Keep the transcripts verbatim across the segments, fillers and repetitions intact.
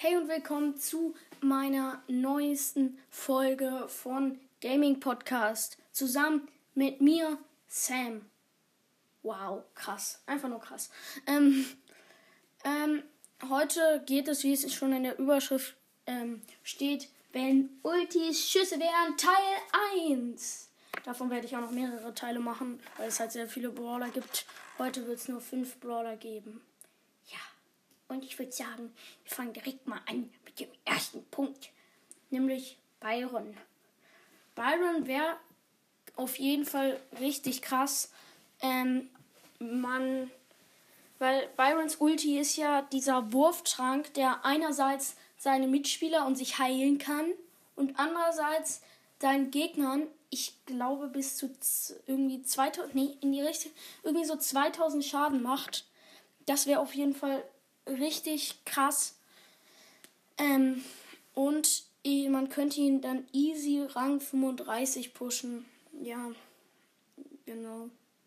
Hey und willkommen zu meiner neuesten Folge von Gaming Podcast. Zusammen mit mir, Sam. Wow, krass. Einfach nur krass. Ähm, ähm, heute geht es, wie es schon in der Überschrift ähm, steht, wenn Ultis Schüsse wären, Teil eins. Davon werde ich auch noch mehrere Teile machen, weil es halt sehr viele Brawler gibt. Heute wird es nur fünf Brawler geben. Ja. Und ich würde sagen, wir fangen direkt mal an mit dem ersten Punkt, nämlich Byron. Byron wäre auf jeden Fall richtig krass. Ähm, man, weil Byrons Ulti ist ja dieser Wurftrank, der einerseits seine Mitspieler und sich heilen kann und andererseits seinen Gegnern, ich glaube bis zu z- irgendwie zweitausend, nee, in die Richtung, irgendwie so zweitausend Schaden macht. Das wäre auf jeden Fall richtig krass. Ähm, und eh, man könnte ihn dann easy Rang fünfunddreißig pushen. Ja, genau.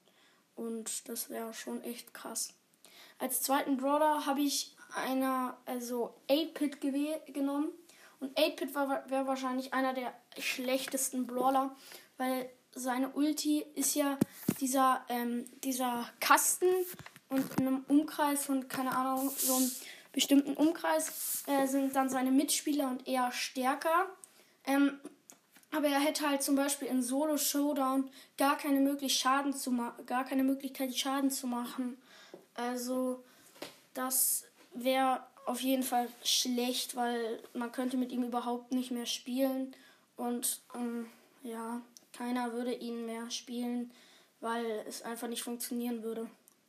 Und das wäre schon echt krass. Als zweiten Brawler habe ich einer, also acht-Bit gew- genommen. Und acht-Bit war, wäre wahrscheinlich einer der schlechtesten Brawler, weil seine Ulti ist ja dieser, ähm, dieser Kasten und in einem Umkreis von, keine Ahnung, so einem bestimmten Umkreis äh, sind dann seine Mitspieler und eher stärker. Ähm, aber er hätte halt zum Beispiel in Solo Showdown gar keine möglich Schaden zu ma- gar keine Möglichkeit Schaden zu machen. Also das wäre auf jeden Fall schlecht, weil man könnte mit ihm überhaupt nicht mehr spielen und ähm, ja, keiner würde ihn mehr spielen, weil es einfach nicht funktionieren würde.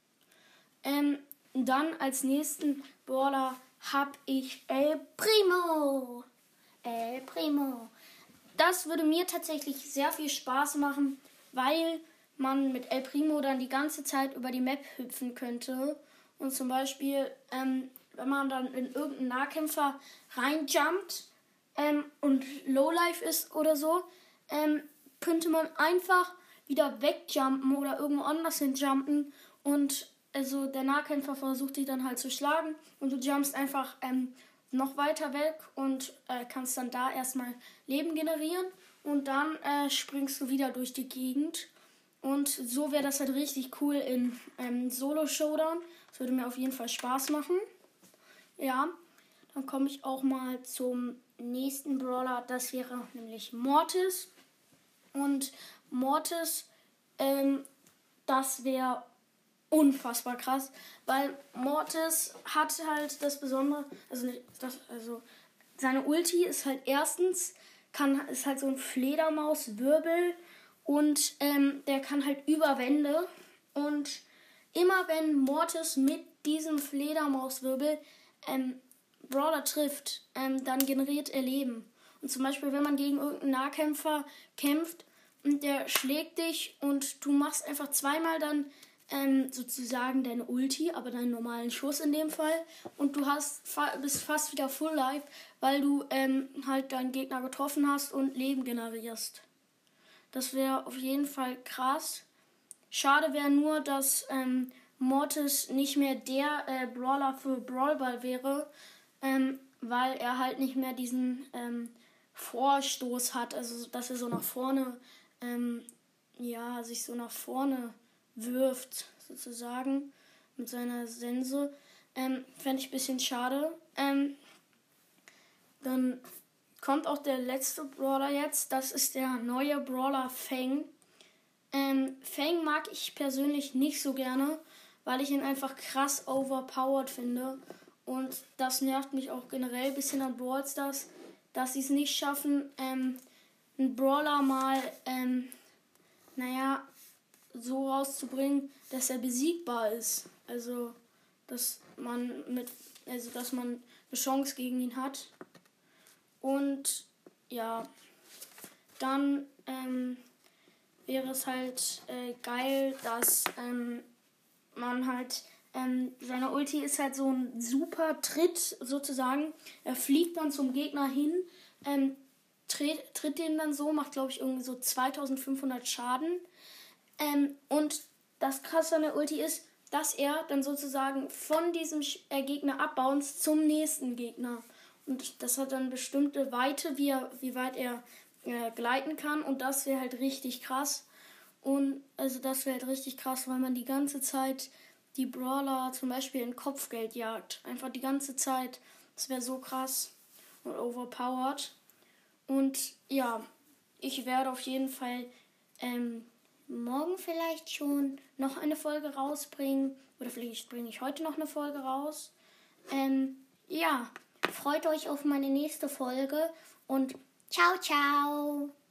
Ähm, dann als nächsten Brawler habe ich El Primo. El Primo. Das würde mir tatsächlich sehr viel Spaß machen, weil man mit El Primo dann die ganze Zeit über die Map hüpfen könnte. Und zum Beispiel, ähm, wenn man dann in irgendeinen Nahkämpfer reinjumpt ähm, und Lowlife ist oder so, ähm, könnte man einfach wieder wegjumpen oder irgendwo anders hinjumpen und also der Nahkämpfer versucht dich dann halt zu schlagen und du jumpst einfach ähm, noch weiter weg und äh, kannst dann da erstmal Leben generieren und dann äh, springst du wieder durch die Gegend. Und so wäre das halt richtig cool in ähm, Solo Showdown. Das würde mir auf jeden Fall Spaß machen. Ja, dann komme ich auch mal zum nächsten Brawler. Das wäre nämlich Mortis. Und Mortis, ähm, das wäre unfassbar krass, weil Mortis hat halt das Besondere, also nicht das, also seine Ulti ist halt erstens, kann, ist halt so ein Fledermauswirbel und ähm, der kann halt über Wände und immer wenn Mortis mit diesem Fledermauswirbel ähm, Brawler trifft, ähm, dann generiert er Leben. Und zum Beispiel, wenn man gegen irgendeinen Nahkämpfer kämpft und der schlägt dich und du machst einfach zweimal dann ähm, sozusagen deine Ulti, aber deinen normalen Schuss in dem Fall und du hast fa- bist fast wieder Full Life, weil du ähm, halt deinen Gegner getroffen hast und Leben generierst. Das wäre auf jeden Fall krass. Schade wäre nur, dass ähm, Mortis nicht mehr der äh, Brawler für Brawl Ball wäre, ähm, weil er halt nicht mehr diesen ähm, Vorstoß hat, also dass er so nach vorne, ähm, ja, sich so nach vorne wirft, sozusagen, mit seiner Sense. Ähm, Fände ich ein bisschen schade. Ähm, dann kommt auch der letzte Brawler jetzt, das ist der neue Brawler Fang. Ähm, Fang mag ich persönlich nicht so gerne, weil ich ihn einfach krass overpowered finde. Und das nervt mich auch generell ein bisschen an Brawl Stars, dass sie es nicht schaffen, ähm, einen Brawler mal, ähm, naja, so rauszubringen, dass er besiegbar ist. Also, dass man mit, also dass man eine Chance gegen ihn hat. Und ja, dann ähm, wäre es halt äh, geil, dass ähm, man halt ähm, seine Ulti ist halt so ein super Tritt sozusagen. Er fliegt dann zum Gegner hin, ähm, tritt, tritt den dann so, macht glaube ich irgendwie so zweitausendfünfhundert Schaden. Ähm, und das Krasse an der Ulti ist, dass er dann sozusagen von diesem äh, Gegner abbounce zum nächsten Gegner. Und das hat dann bestimmte Weite, wie, er, wie weit er äh, gleiten kann. Und das wäre halt richtig krass. Und also das wäre halt richtig krass, weil man die ganze Zeit die Brawler zum Beispiel in Kopfgeld jagt. Einfach die ganze Zeit. Das wäre so krass und overpowered. Und ja, ich werde auf jeden Fall ähm, morgen vielleicht schon noch eine Folge rausbringen. Oder vielleicht bringe ich heute noch eine Folge raus. Ähm, ja, freut euch auf meine nächste Folge und ciao, ciao.